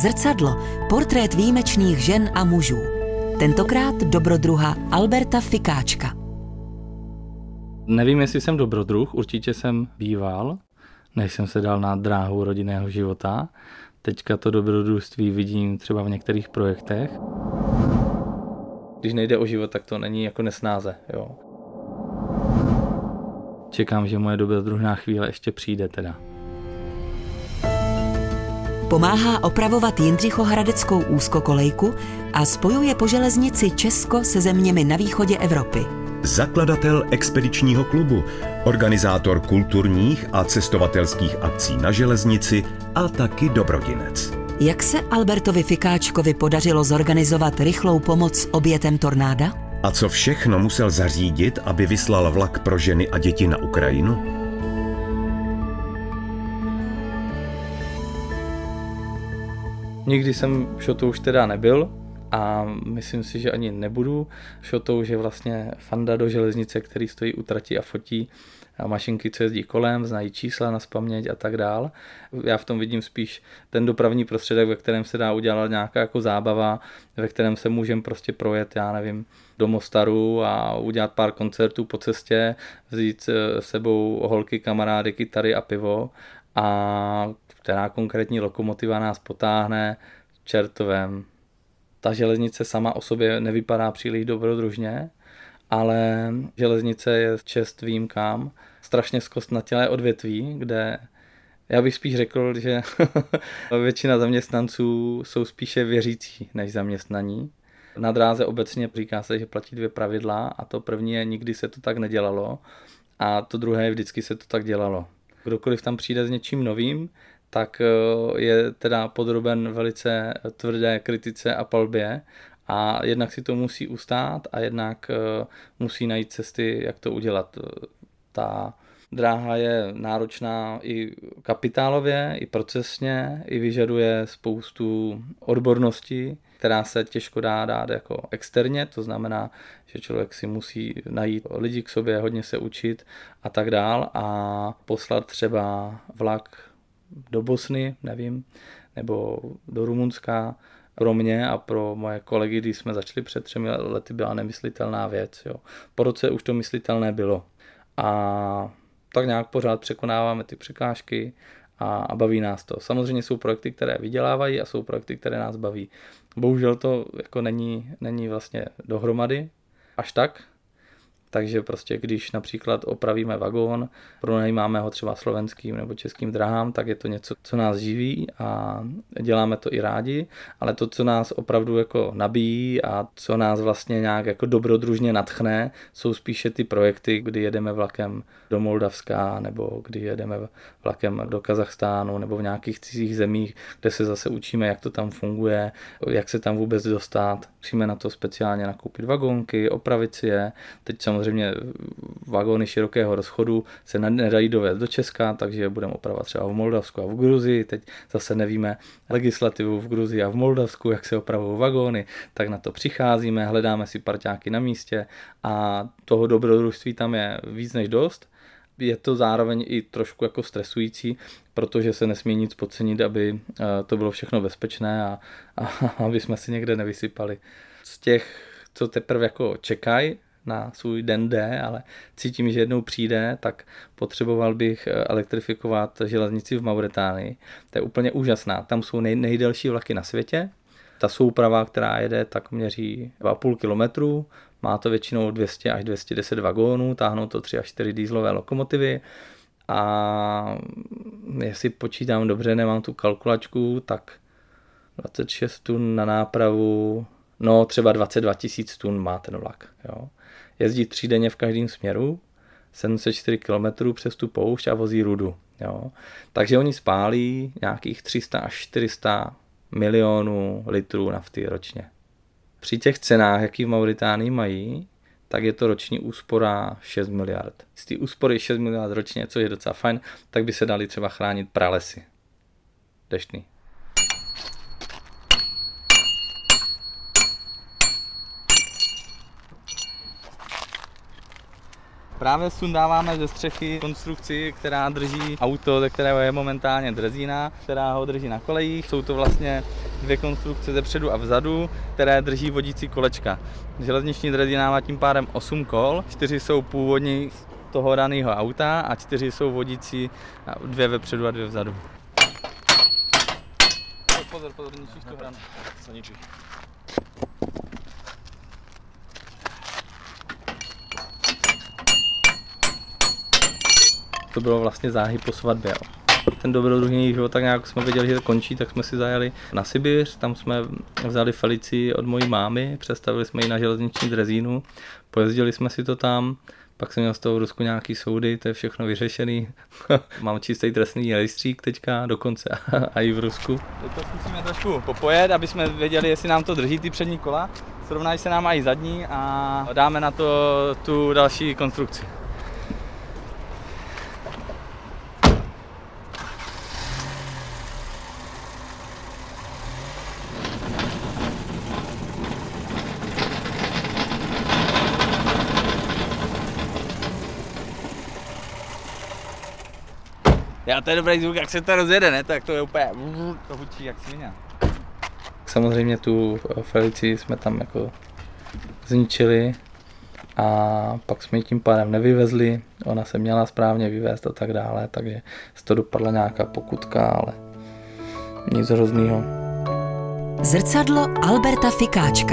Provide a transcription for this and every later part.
Zrcadlo, portrét výjimečných žen a mužů. Tentokrát dobrodruha Alberta Fikáčka. Nevím, jestli jsem dobrodruh, určitě jsem býval, než jsem se dal na dráhu rodinného života. Teďka to dobrodružství vidím třeba v některých projektech. Když nejde o život, tak to není jako nesnáze. Jo. Čekám, že moje dobrodružná chvíle ještě přijde teda. Pomáhá opravovat Jindřichohradeckou úzkokolejku a spojuje po železnici Česko se zeměmi na východě Evropy. Zakladatel expedičního klubu, organizátor kulturních a cestovatelských akcí na železnici a taky dobrodinec. Jak se Albertovi Fikáčkovi podařilo zorganizovat rychlou pomoc obětem tornáda? A co všechno musel zařídit, aby vyslal vlak pro ženy a děti na Ukrajinu? Nikdy jsem šotouš teda nebyl a myslím si, že ani nebudu. Šotouš je vlastně fanda do železnice, který stojí u trati a fotí a mašinky, co jezdí kolem, znají čísla nazpaměť a tak dál. Já v tom vidím spíš ten dopravní prostředek, ve kterém se dá udělat nějaká jako zábava, ve kterém se můžeme prostě projet, já nevím, do Mostaru a udělat pár koncertů po cestě, vzít s sebou holky, kamarády, kytary a pivo a která konkrétní lokomotiva nás potáhne čertovem. Ta železnice sama o sobě nevypadá příliš dobrodružně, ale železnice je čest výjimkám strašně zkostnatělé odvětví, kde já bych spíš řekl, že většina zaměstnanců jsou spíše věřící než zaměstnaní. Na dráze obecně říká se, že platí dvě pravidla a to první je, nikdy se to tak nedělalo a to druhé je, vždycky se to tak dělalo. Kdokoliv tam přijde s něčím novým, tak je teda podroben velice tvrdé kritice a palbě a jednak si to musí ustát a jednak musí najít cesty, jak to udělat. Ta dráha je náročná i kapitálově, i procesně, i vyžaduje spoustu odborností, která se těžko dá dát jako externě, to znamená, že člověk si musí najít lidi k sobě, hodně se učit a tak dál a poslat třeba vlak do Bosny, nevím, nebo do Rumunska. Pro mě a pro moje kolegy, když jsme začali před 3 lety, byla nemyslitelná věc. Jo. Po roce už to myslitelné bylo. A tak nějak pořád překonáváme ty překážky a baví nás to. Samozřejmě jsou projekty, které vydělávají a jsou projekty, které nás baví. Bohužel to jako není vlastně dohromady až tak. Takže prostě když například opravíme vagón, pronajímáme ho třeba slovenským nebo českým drahám, tak je to něco, co nás živí a děláme to i rádi, ale to, co nás opravdu jako nabíjí a co nás vlastně nějak jako dobrodružně nadchne, jsou spíše ty projekty, kdy jedeme vlakem do Moldavska nebo kdy jedeme vlakem do Kazachstánu nebo v nějakých cizích zemích, kde se zase učíme, jak to tam funguje, jak se tam vůbec dostat. Musíme na to speciálně nakoupit vagónky, opravit si je. Teď samozřejmě vagóny širokého rozchodu se nedají dovést do Česka, takže je budeme opravovat třeba v Moldavsku a v Gruzii. Teď zase nevíme legislativu v Gruzii a v Moldavsku, jak se opravují vagóny, tak na to přicházíme, hledáme si parťáky na místě a toho dobrodružství tam je víc než dost. Je to zároveň i trošku jako stresující, protože se nesmí nic podcenit, aby to bylo všechno bezpečné a aby jsme si někde nevysypali. Z těch, co teprve jako čekají na svůj den D, ale cítím, že jednou přijde, tak potřeboval bych elektrifikovat železnici v Mauretánii. To je úplně úžasná. Tam jsou nejdelší vlaky na světě. Ta souprava, která jede, tak měří 2,5 kilometru. Má to většinou 200 až 210 vagónů, táhnou to 3 až 4 dieselové lokomotivy a jestli počítám dobře, nemám tu kalkulačku, tak 26 tun na nápravu, no třeba 22 000 tun má ten vlak. Jo. Jezdí 3 denně v každém směru, 704 km přes tu poušť a vozí rudu. Jo. Takže oni spálí nějakých 300 až 400 milionů litrů nafty ročně. Při těch cenách, jaký v Mauritánii mají, tak je to roční úspora 6 miliard. Z té úspory 6 miliard ročně, což je docela fajn, tak by se dali třeba chránit pralesy. Deštný. Právě sundáváme ze střechy konstrukci, která drží auto, ze kterého je momentálně drezína, která ho drží na kolejích. Jsou to vlastně 2 konstrukce zepředu a vzadu, které drží vodící kolečka. Železniční drezina má tím pádem 8 kol, 4 jsou původní z toho daného auta a 4 jsou vodící, 2 vepředu a 2 vzadu. Pozor, ničíš tu hranu. Se ničí. To bylo vlastně záhy po svatbě. Ten dobrodružný život, tak nějak jsme věděli, že to končí, tak jsme si zajeli na Sibiř, tam jsme vzali Felicii od mojí mámy, přestavili jsme ji na železniční drezínu, pojezdili jsme si to tam, pak jsem měl z toho v Rusku nějaký soudy, to je všechno vyřešený. Mám čistý trestný rejstřík teďka, dokonce a i v Rusku. Teď to zkusíme trošku popojet, aby jsme věděli, jestli nám to drží ty přední kola, srovnají se nám i zadní a dáme na to tu další konstrukci. Já to je dobrý zvuk, jak se to rozjede, ne? Tak to je úplně, to hučí jak svině. Samozřejmě tu Felicii jsme tam jako zničili a pak jsme ji tím pádem nevyvezli. Ona se měla správně vyvést a tak dále, takže z toho dopadla nějaká pokutka, ale nic hroznýho. Zrcadlo Alberta Fikáčka.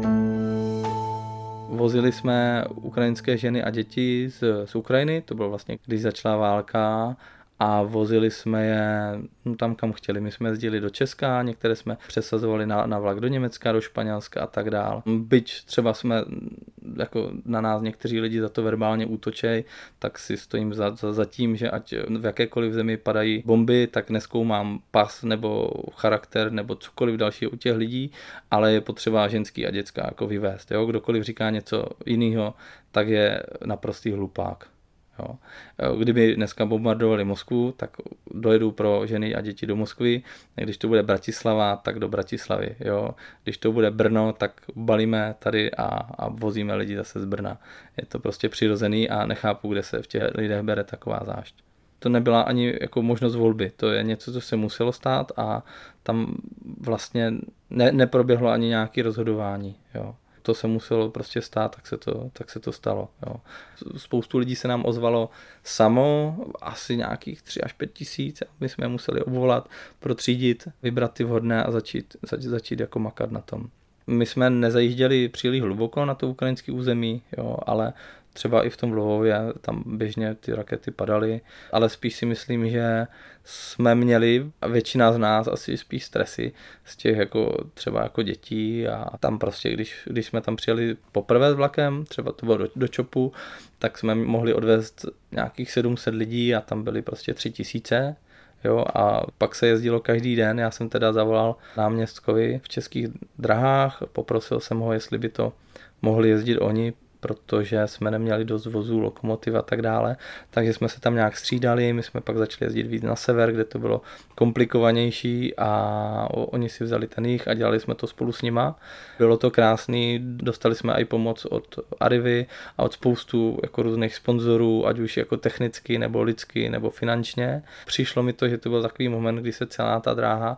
Vozili jsme ukrajinské ženy a děti z Ukrajiny, to bylo vlastně, když začala válka, a vozili jsme je tam, kam chtěli. My jsme jezdili do Česka, některé jsme přesazovali na vlak do Německa, do Španělska a tak dál. Byť třeba jsme, jako na nás někteří lidi za to verbálně útočej, tak si stojím za tím, že ať v jakékoliv zemi padají bomby, tak nezkoumám pas nebo charakter nebo cokoliv dalšího u těch lidí, ale je potřeba ženský a dětská jako vyvést. Jo? Kdokoliv říká něco jiného, tak je naprostý hlupák. Jo. Kdyby dneska bombardovali Moskvu, tak dojedu pro ženy a děti do Moskvy. Když to bude Bratislava, tak do Bratislavy. Jo. Když to bude Brno, tak balíme tady a vozíme lidi zase z Brna. Je to prostě přirozený a nechápu, kde se v těch lidech bere taková zášť. To nebyla ani jako možnost volby. To je něco, co se muselo stát a tam vlastně neproběhlo ani nějaké rozhodování. Jo. To se muselo prostě stát, tak se to stalo. Jo. Spoustu lidí se nám ozvalo samo, asi nějakých 3 až 5 tisíc. My jsme je museli obvolat, protřídit, vybrat ty vhodné a začít jako makat na tom. My jsme nezajížděli příliš hluboko na to ukrajinské území, jo, ale třeba i v tom Lvově tam běžně ty rakety padaly, ale spíš si myslím, že jsme měli, a většina z nás asi spíš stresy z těch jako třeba jako dětí a tam prostě, když jsme tam přijeli poprvé s vlakem, třeba to bylo do Čopu, tak jsme mohli odvést nějakých 700 lidí a tam byly prostě 3000. Jo, a pak se jezdilo každý den, já jsem teda zavolal náměstkovi v Českých drahách, poprosil jsem ho, jestli by to mohli jezdit oni, protože jsme neměli dost vozů, lokomotiv a tak dále, takže jsme se tam nějak střídali, my jsme pak začali jezdit víc na sever, kde to bylo komplikovanější a oni si vzali ten jich a dělali jsme to spolu s nima. Bylo to krásný, dostali jsme i pomoc od Arrivy a od spoustu jako různých sponzorů, ať už jako technicky, nebo lidsky, nebo finančně. Přišlo mi to, že to byl takový moment, kdy se celá ta dráha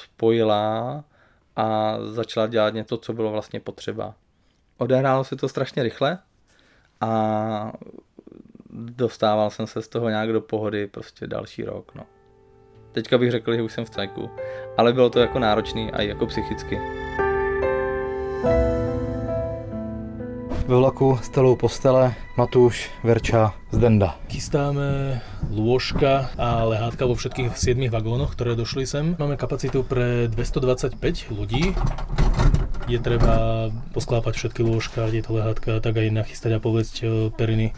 spojila a začala dělat něco, co bylo vlastně potřeba. Odehrálo se to strašně rychle a dostával jsem se z toho nějak do pohody prostě další rok. No. Teďka bych řekl, že už jsem v cajku, ale bylo to jako náročný a i jako psychicky. Ve vlaku stelou postele Matúš, Verča, Zdenda. Chystáme lôžka a lehátka vo všetkých 7 vagónoch, ktoré došli sem. Máme kapacitu pre 225 ľudí. Je treba posklápať všetky lôžka, tieto lehátka, tak aj nachystať a povedzť periny.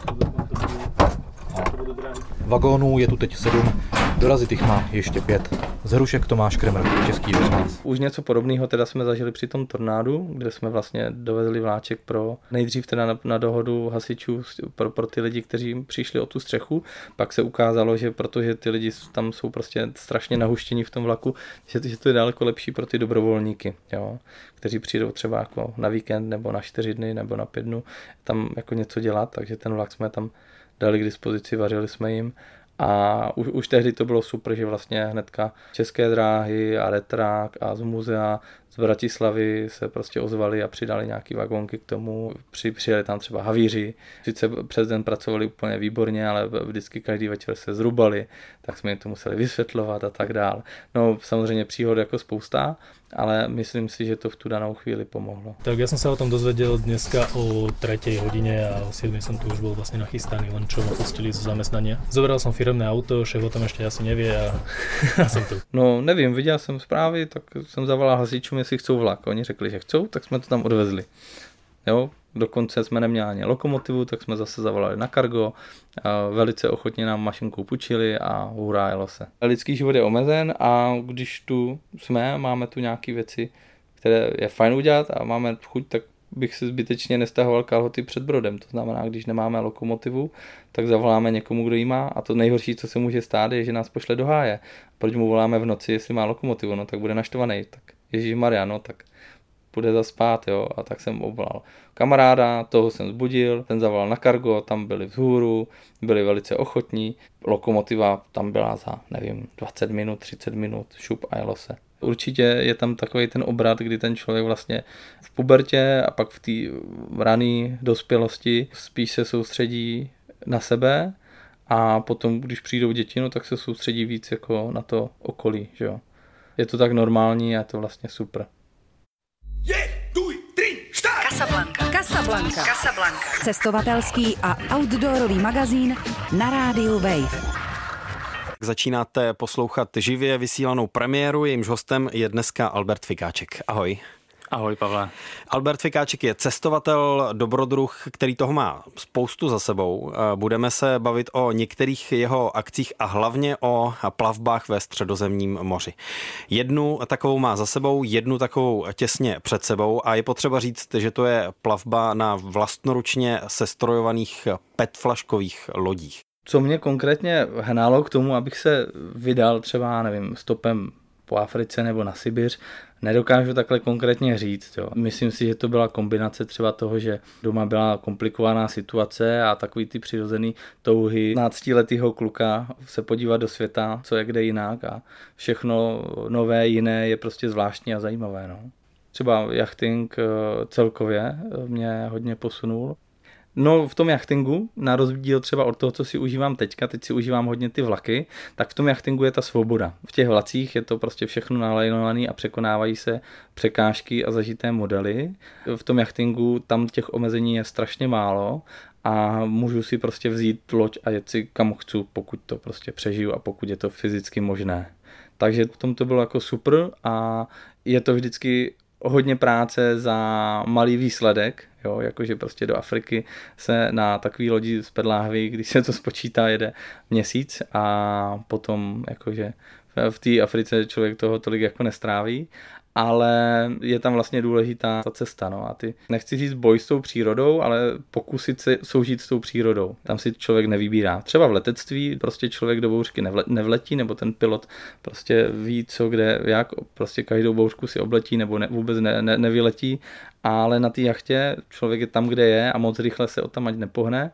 Vagónů je tu teď 7, dorazit jich má ještě 5. Z Hrušek Tomáš Kremer, Český rozhlas. Už něco podobného teda jsme zažili při tom tornádu, kde jsme vlastně dovezli vláček pro nejdřív teda na dohodu hasičů pro ty lidi, kteří přišli o tu střechu. Pak se ukázalo, že protože ty lidi tam jsou prostě strašně nahuštění v tom vlaku, že to je daleko lepší pro ty dobrovolníky, jo, kteří přijdou třeba jako na víkend nebo na 4 dny nebo na 5 dnů tam jako něco dělat, takže ten vlak jsme tam dali k dispozici, vařili jsme jim A už tehdy to bylo super, že vlastně hnedka České dráhy a Retrák a z muzea z Bratislavy se prostě ozvali a přidali nějaký vagónky k tomu. Přijeli tam třeba havíři, sice přes den pracovali úplně výborně, ale vždycky každý večer se zrubali, tak jsme jim to museli vysvětlovat a tak dál. No samozřejmě příhod jako spousta, ale myslím si, že to v tu danou chvíli pomohlo. Tak ja som sa o tom dozvedel dneska o 3:00 hodine a o 7:00 som tu už bol vlastne nachystaný, len čo ma pustili zo zamestnania. Zobral som firemné auto, šéf o tom ešte asi nevie a som tu. No nevím, viděl jsem zprávy, tak jsem zavolal hasičům, jestli chcou vlak. Oni řekli, že chcou, tak jsme to tam odvezli. Jo, dokonce jsme neměli ani lokomotivu, tak jsme zase zavolali na Cargo. Velice ochotně nám mašinku půjčili a hurá, jelo se. Lidský život je omezen a když tu jsme, máme tu nějaké věci, které je fajn udělat a máme chuť, tak bych se zbytečně nestahoval kalhoty před brodem. To znamená, když nemáme lokomotivu, tak zavoláme někomu, kdo ji má a to nejhorší, co se může stát, je, že nás pošle do háje. Proč mu voláme v noci, jestli má lokomotivu, no tak bude naštvaný. Tak Ježíšmarja, no tak půjde zaspát, jo, a tak jsem obvolal kamaráda, toho jsem zbudil, ten zavolal na Cargo, tam byli vzhůru, byli velice ochotní, lokomotiva tam byla za, nevím, 20 minut, 30 minut, šup a jelo se. Určitě je tam takový ten obrat, kdy ten člověk vlastně v pubertě a pak v té rané dospělosti spíš se soustředí na sebe a potom, když přijdou děti, no, tak se soustředí víc jako na to okolí, že jo. Je to tak normální a je to vlastně super. Casablanca. Cestovatelský a outdoorový magazín na rádiu Wave. Začínáte poslouchat živě vysílanou premiéru, jejímž hostem je dneska Albert Fikáček. Ahoj. Ahoj, Pavle. Albert Fikáček je cestovatel, dobrodruh, který toho má spoustu za sebou. Budeme se bavit o některých jeho akcích a hlavně o plavbách ve Středozemním moři. Jednu takovou má za sebou, jednu takovou těsně před sebou a je potřeba říct, že to je plavba na vlastnoručně sestrojovaných petflaškových lodích. Co mě konkrétně hnálo k tomu, abych se vydal třeba, nevím, stopem po Africe nebo na Sibiř, nedokážu takhle konkrétně říct. Jo. Myslím si, že to byla kombinace třeba toho, že doma byla komplikovaná situace a takový ty přirozený touhy 15letého kluka se podívat do světa, co je kde jinak a všechno nové, jiné je prostě zvláštní a zajímavé. No. Třeba jachting celkově mě hodně posunul. No v tom jachtingu, na rozdíl třeba od toho, co si užívám teď si užívám hodně ty vlaky, tak v tom jachtingu je ta svoboda. V těch vlacích je to prostě všechno nalajnované a překonávají se překážky a zažité modely. V tom jachtingu tam těch omezení je strašně málo a můžu si prostě vzít loď a jet si kam chci, pokud to prostě přežiju a pokud je to fyzicky možné. Takže v tom to bylo jako super a je to vždycky hodně práce za malý výsledek, jo, jakože prostě do Afriky se na takový lodi z Pedláhvy, když se to spočítá, jede měsíc a potom jakože v té Africe člověk toho tolik jako nestráví, ale je tam vlastně důležitá ta cesta, no a ty nechci říct boj s tou přírodou, ale pokusit se soužít s tou přírodou. Tam si člověk nevybírá. Třeba v letectví prostě člověk do bouřky nevletí, nebo ten pilot prostě ví co, kde, jak, prostě každou bouřku si obletí nebo vůbec nevyletí, ale na té jachtě člověk je tam, kde je a moc rychle se odtamať nepohne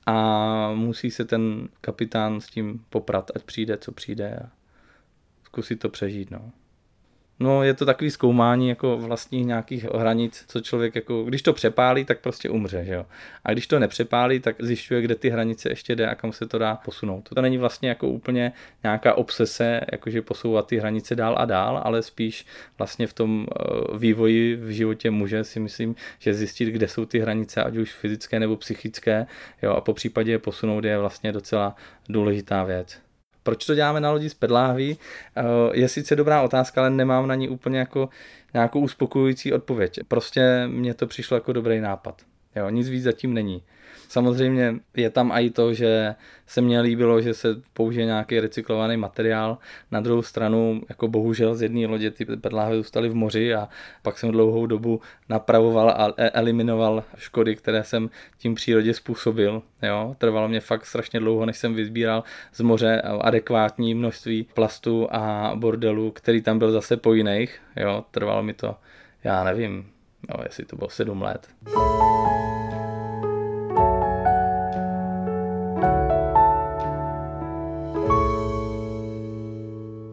a musí se ten kapitán s tím poprat, ať přijde, co přijde a zkusit to přežít, no. No, je to takový zkoumání jako vlastních nějakých hranic, co člověk jako, když to přepálí, tak prostě umře, že jo. A když to nepřepálí, tak zjišťuje, kde ty hranice ještě jde a kam se to dá posunout. To není vlastně jako úplně nějaká obsese, jakože posouvat ty hranice dál a dál, ale spíš vlastně v tom vývoji v životě muže si myslím, že zjistit, kde jsou ty hranice, ať už fyzické nebo psychické, jo, a po případě je posunout je vlastně docela důležitá věc. Proč to děláme na lodi z Pedláhví? Je sice dobrá otázka, ale nemám na ní úplně jako nějakou uspokojující odpověď. Prostě mně to přišlo jako dobrý nápad. Jo, nic víc zatím není. Samozřejmě je tam i to, že se mně líbilo, že se použije nějaký recyklovaný materiál. Na druhou stranu, jako bohužel z jedné lodě ty Pedláhvy zůstaly v moři a pak jsem dlouhou dobu napravoval a eliminoval škody, které jsem tím přírodě způsobil. Jo? Trvalo mě fakt strašně dlouho, než jsem vysbíral z moře adekvátní množství plastu a bordelu, který tam byl zase po jiných. Jo? Trvalo mi to, já nevím, jestli to bylo 7 let.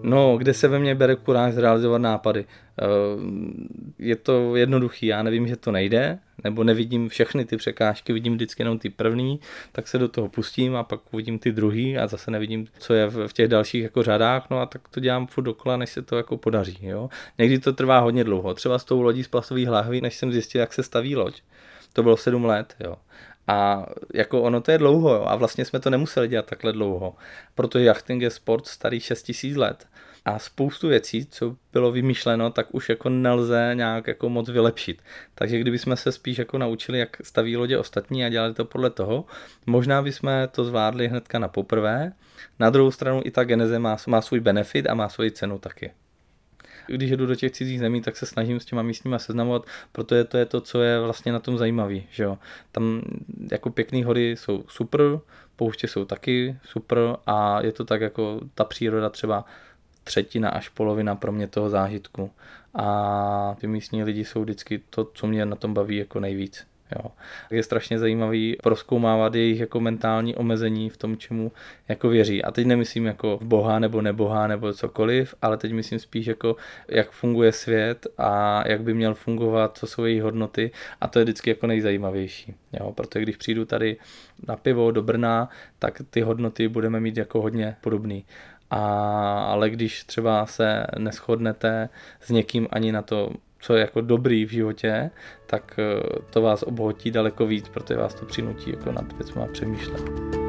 No, kde se ve mně bere kuráž zrealizovat nápady. Je to jednoduchý, já nevím, že to nejde, nebo nevidím všechny ty překážky, vidím vždycky jenom ty první, tak se do toho pustím a pak uvidím ty druhý a zase nevidím, co je v těch dalších jako řadách, no a tak to dělám furt dokola, než se to jako podaří. Jo? Někdy to trvá hodně dlouho, třeba s tou lodí z plastových lahví, než jsem zjistil, jak se staví loď. To bylo 7 let, jo. A jako ono to je dlouho, jo, a vlastně jsme to nemuseli dělat takhle dlouho, protože jachting je sport starý 6000 let a spoustu věcí, co bylo vymýšleno, tak už jako nelze nějak jako moc vylepšit. Takže kdybychom se spíš jako naučili, jak staví lodě ostatní a dělali to podle toho, možná bychom to zvládli hnedka na poprvé. Na druhou stranu i ta geneze má svůj benefit a má svoji cenu taky. Když jdu do těch cizích zemí, tak se snažím s těma místníma seznamovat, protože to je to, co je vlastně na tom zajímavý. Že jo? Tam jako pěkný hory jsou super, pouště jsou taky super a je to tak jako ta příroda třeba 1/3 až polovina pro mě toho zážitku. A ty místní lidi jsou vždycky to, co mě na tom baví jako nejvíc. Jo. Je strašně zajímavý prozkoumávat jejich jako mentální omezení v tom, čemu jako věří. A teď nemyslím jako v Boha nebo neboha nebo cokoliv, ale teď myslím spíš jako jak funguje svět a jak by měl fungovat, co jsou jejich hodnoty a to je vždycky jako nejzajímavější. Jo. Protože když přijdu tady na pivo do Brna, tak ty hodnoty budeme mít jako hodně podobný. Ale když třeba se neshodnete s někým ani na to, co je jako dobrý v životě, tak to vás obohatí daleko víc, protože vás to přinutí jako nad věcma přemýšlet.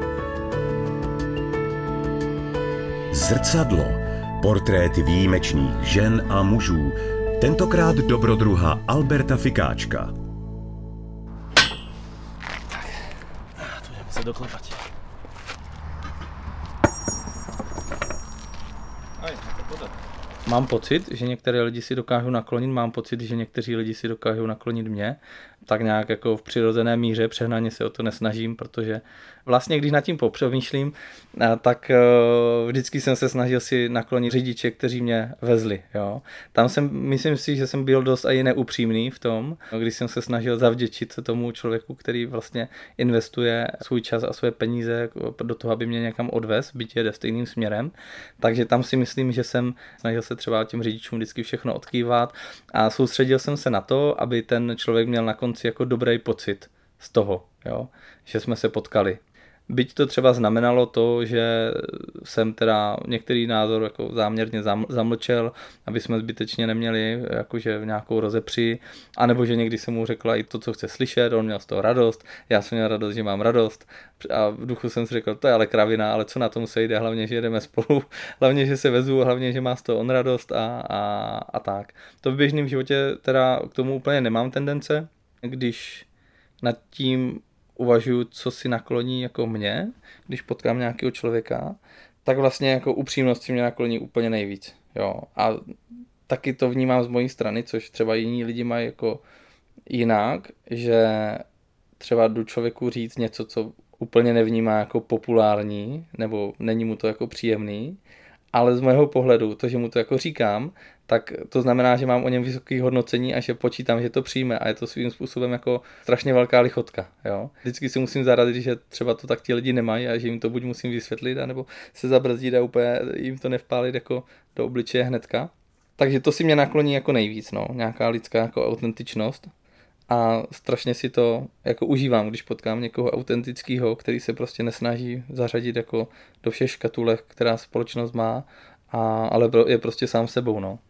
Zrcadlo. Portréty výjimečných žen a mužů. Tentokrát dobrodruha Alberta Fikáčka. Tak, tu jdeme se doklepat. Mám pocit, že některé lidi si dokážou naklonit, mám pocit, že někteří lidi si dokážou naklonit mě. Tak nějak jako v přirozené míře, přehnaně se o to nesnažím, protože vlastně když nad tím popřemýšlím, tak vždycky jsem se snažil si naklonit řidiče, kteří mě vezli. Jo. Tam myslím si, že jsem byl dost i neupřímný v tom, když jsem se snažil zavděčit tomu člověku, který vlastně investuje svůj čas a své peníze do toho, aby mě někam odvez, byť jede stejným směrem. Takže tam si myslím, že jsem snažil se třeba těm řidičům vždycky všechno odkývat a soustředil jsem se na to, aby ten člověk měl na konci jako dobrý pocit z toho, jo, že jsme se potkali. Byť to třeba znamenalo to, že jsem teda některý názor jako záměrně zamlčel, aby jsme zbytečně neměli jakože nějakou rozepři, anebo že někdy jsem mu řekla i to, co chce slyšet, on měl z toho radost, já jsem měl radost, že mám radost a v duchu jsem si řekl, to je ale kravina, ale co na tom se jde, hlavně, že jedeme spolu, hlavně, že se vezu, hlavně, že má z toho on radost a tak. To v běžném životě teda k tomu úplně nemám tendence, když nad tím uvažuju, co si nakloní jako mě, když potkám nějakého člověka, tak vlastně jako upřímnost si mě nakloní úplně nejvíc. Jo. A taky to vnímám z mojí strany, což třeba jiní lidi mají jako jinak, že třeba jdu člověku říct něco, co úplně nevnímá jako populární, nebo není mu to jako příjemný, ale z mého pohledu, to, že mu to jako říkám, tak to znamená, že mám o něm vysoké hodnocení a že počítám, že to přijme a je to svým způsobem jako strašně velká lichotka. Jo? Vždycky si musím zaradit, že třeba to tak ti lidi nemají a že jim to buď musím vysvětlit, anebo se zabrzdit a úplně jim to nevpálit jako do obličeje hnedka. Takže to si mě nakloní jako nejvíc, no. Nějaká lidská jako autentičnost. A strašně si to jako užívám, když potkám někoho autentického, který se prostě nesnaží zařadit jako do všech škatulek, která společnost má, ale je prostě sám sebou, no.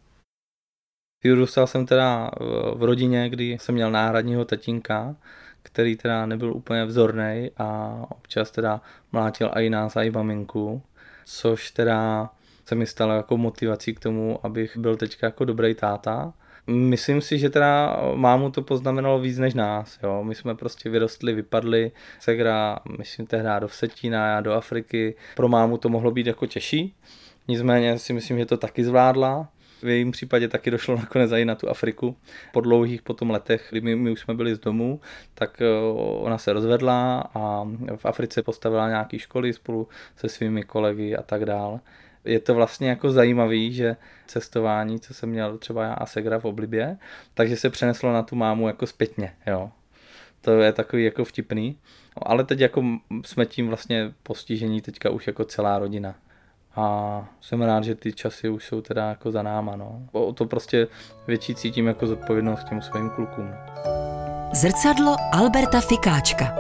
Vyrůstal jsem teda v rodině, kdy jsem měl náhradního tatínka, který teda nebyl úplně vzornej a občas teda mlátil i nás, i maminku, což teda se mi stalo jako motivací k tomu, abych byl teďka jako dobrý táta. Myslím si, že teda mámu to poznamenalo víc než nás. Jo. My jsme prostě vyrostli, vypadli, segra, myslím tehdy do Vsetína, já do Afriky. Pro mámu to mohlo být jako těžší, nicméně si myslím, že to taky zvládla. V jejím případě taky došlo nakonec i na tu Afriku. Po dlouhých potom letech, kdy my už jsme byli z domu, tak ona se rozvedla a v Africe postavila nějaké školy spolu se svými kolegy a tak dále. Je to vlastně jako zajímavý, že cestování, co jsem měl třeba já a segra v oblibě, takže se přeneslo na tu mámu jako zpětně, jo. To je takový jako vtipný, ale teď jako jsme tím vlastně postižení teďka už jako celá rodina. A jsem rád, že ty časy už jsou teda jako za náma, no. O to prostě větší cítím jako zodpovědnost těm svým klukům. Zrcadlo Alberta Fikáčka.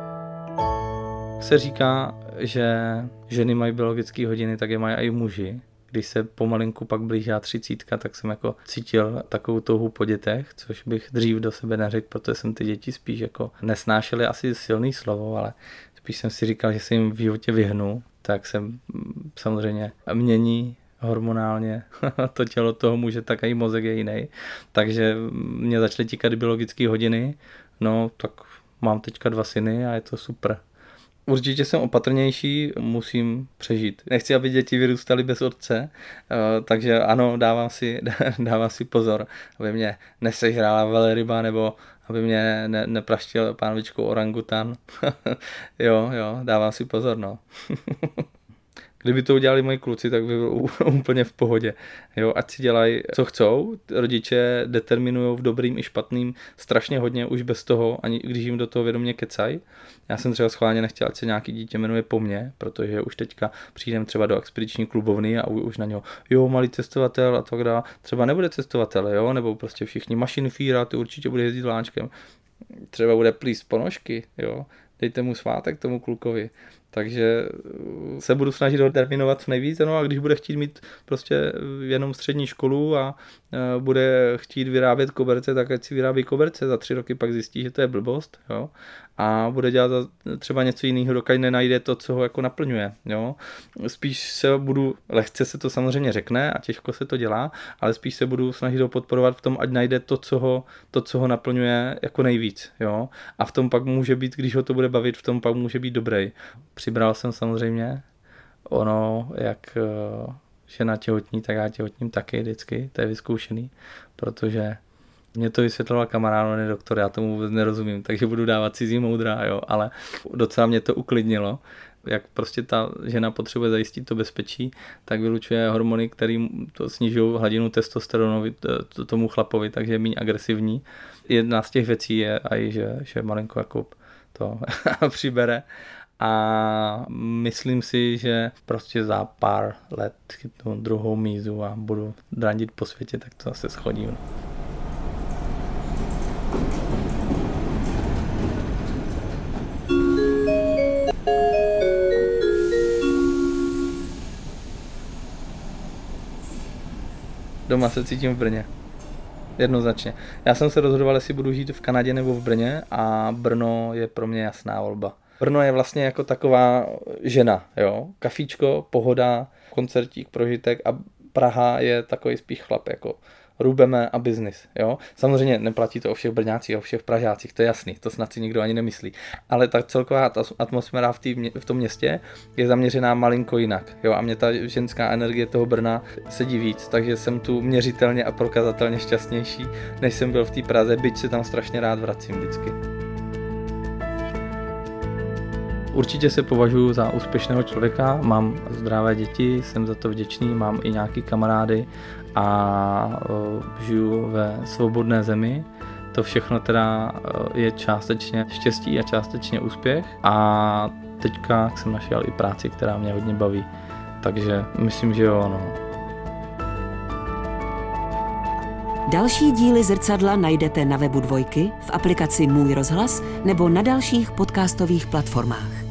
Se říká, že ženy mají biologické hodiny, tak je mají i muži. Když se pomalinku pak blížila 30, tak jsem jako cítil takovou touhu po dětech, což bych dřív do sebe neřekl, protože jsem ty děti spíš jako nesnášel, asi silný slovo, ale spíš jsem si říkal, že se jim v životě vyhnu, tak se samozřejmě mění hormonálně to tělo toho muže, tak i mozek je jiný. Takže mě začaly tíkat biologické hodiny, no tak mám teďka 2 syny a je to super. Určitě jsem opatrnější, musím přežít. Nechci, aby děti vyrůstaly bez otce, takže ano, dávám si pozor, aby mě nesežrala velryba nebo aby mě nepraštil pánvičkou orangutan. jo, dávám si pozor, no. Kdyby to udělali moji kluci, tak by byl úplně v pohodě. Jo, ať si dělají, co chcou. Rodiče determinují v dobrým i špatným strašně hodně už bez toho, ani když jim do toho vědomě kecají. Já jsem třeba schválně nechtěl, ať se nějaký dítě jmenuje po mně, protože už teďka přijdem třeba do expediční klubovny a už na něho, jo, malý cestovatel a tak dále. Třeba nebude cestovatel, jo, nebo prostě všichni mašinfíra, ty určitě bude jezdit vláčkem. Třeba bude plíst ponožky, jo. Dejte mu svátek tomu klukovi. Takže se budu snažit ho terminovat nejvíc, no a když bude chtít mít prostě jenom střední školu a bude chtít vyrábět koberce, tak ať si vyrábí koberce, za 3 roky pak zjistí, že to je blbost, jo, a bude dělat třeba něco jiného, dokud nenajde to, co ho jako naplňuje, jo. Spíš lehce se to samozřejmě řekne a těžko se to dělá, ale spíš se budu snažit ho podporovat v tom, ať najde to, co ho naplňuje jako nejvíc, jo, a v tom pak může být, když ho to bude bavit, v tom pak může být dobrý. Přibral jsem samozřejmě, jak žena těhotní, tak já těhotním taky vždycky, to je vyzkoušený, protože mě to vysvětloval kamarád, ne doktor, já tomu vůbec nerozumím, takže budu dávat cizí moudra, jo, ale docela mě to uklidnilo, jak prostě ta žena potřebuje zajistit to bezpečí, tak vylučuje hormony, které snižují hladinu testosteronu tomu chlapovi, takže je méně agresivní. Jedna z těch věcí je i, že malinko jako to přibere. A myslím si, že prostě za pár let chytnu druhou mízu a budu drandit po světě, tak to zase schodím. Doma se cítím v Brně. Jednoznačně. Já jsem se rozhodoval, jestli budu žít v Kanadě nebo v Brně a Brno je pro mě jasná volba. Brno je vlastně jako taková žena, jo. Kafíčko, pohoda, koncertík, prožitek a Praha je takový spíš chlap, jako rubeme a biznis, jo. Samozřejmě neplatí to o všech Brňácích, o všech Pražácích, to je jasný, to snad si nikdo ani nemyslí. Ale ta celková atmosféra v tom městě je zaměřená malinko jinak, jo. A mě ta ženská energie toho Brna sedí víc, takže jsem tu měřitelně a prokazatelně šťastnější, než jsem byl v té Praze, byť se tam strašně rád vracím vždycky. Určitě se považuji za úspěšného člověka, mám zdravé děti, jsem za to vděčný, mám i nějaký kamarády a žiju ve svobodné zemi. To všechno teda je částečně štěstí a částečně úspěch a teďka jsem našel i práci, která mě hodně baví, takže myslím, že jo, no. Další díly Zrcadla najdete na webu Dvojky, v aplikaci Můj rozhlas nebo na dalších podcastových platformách.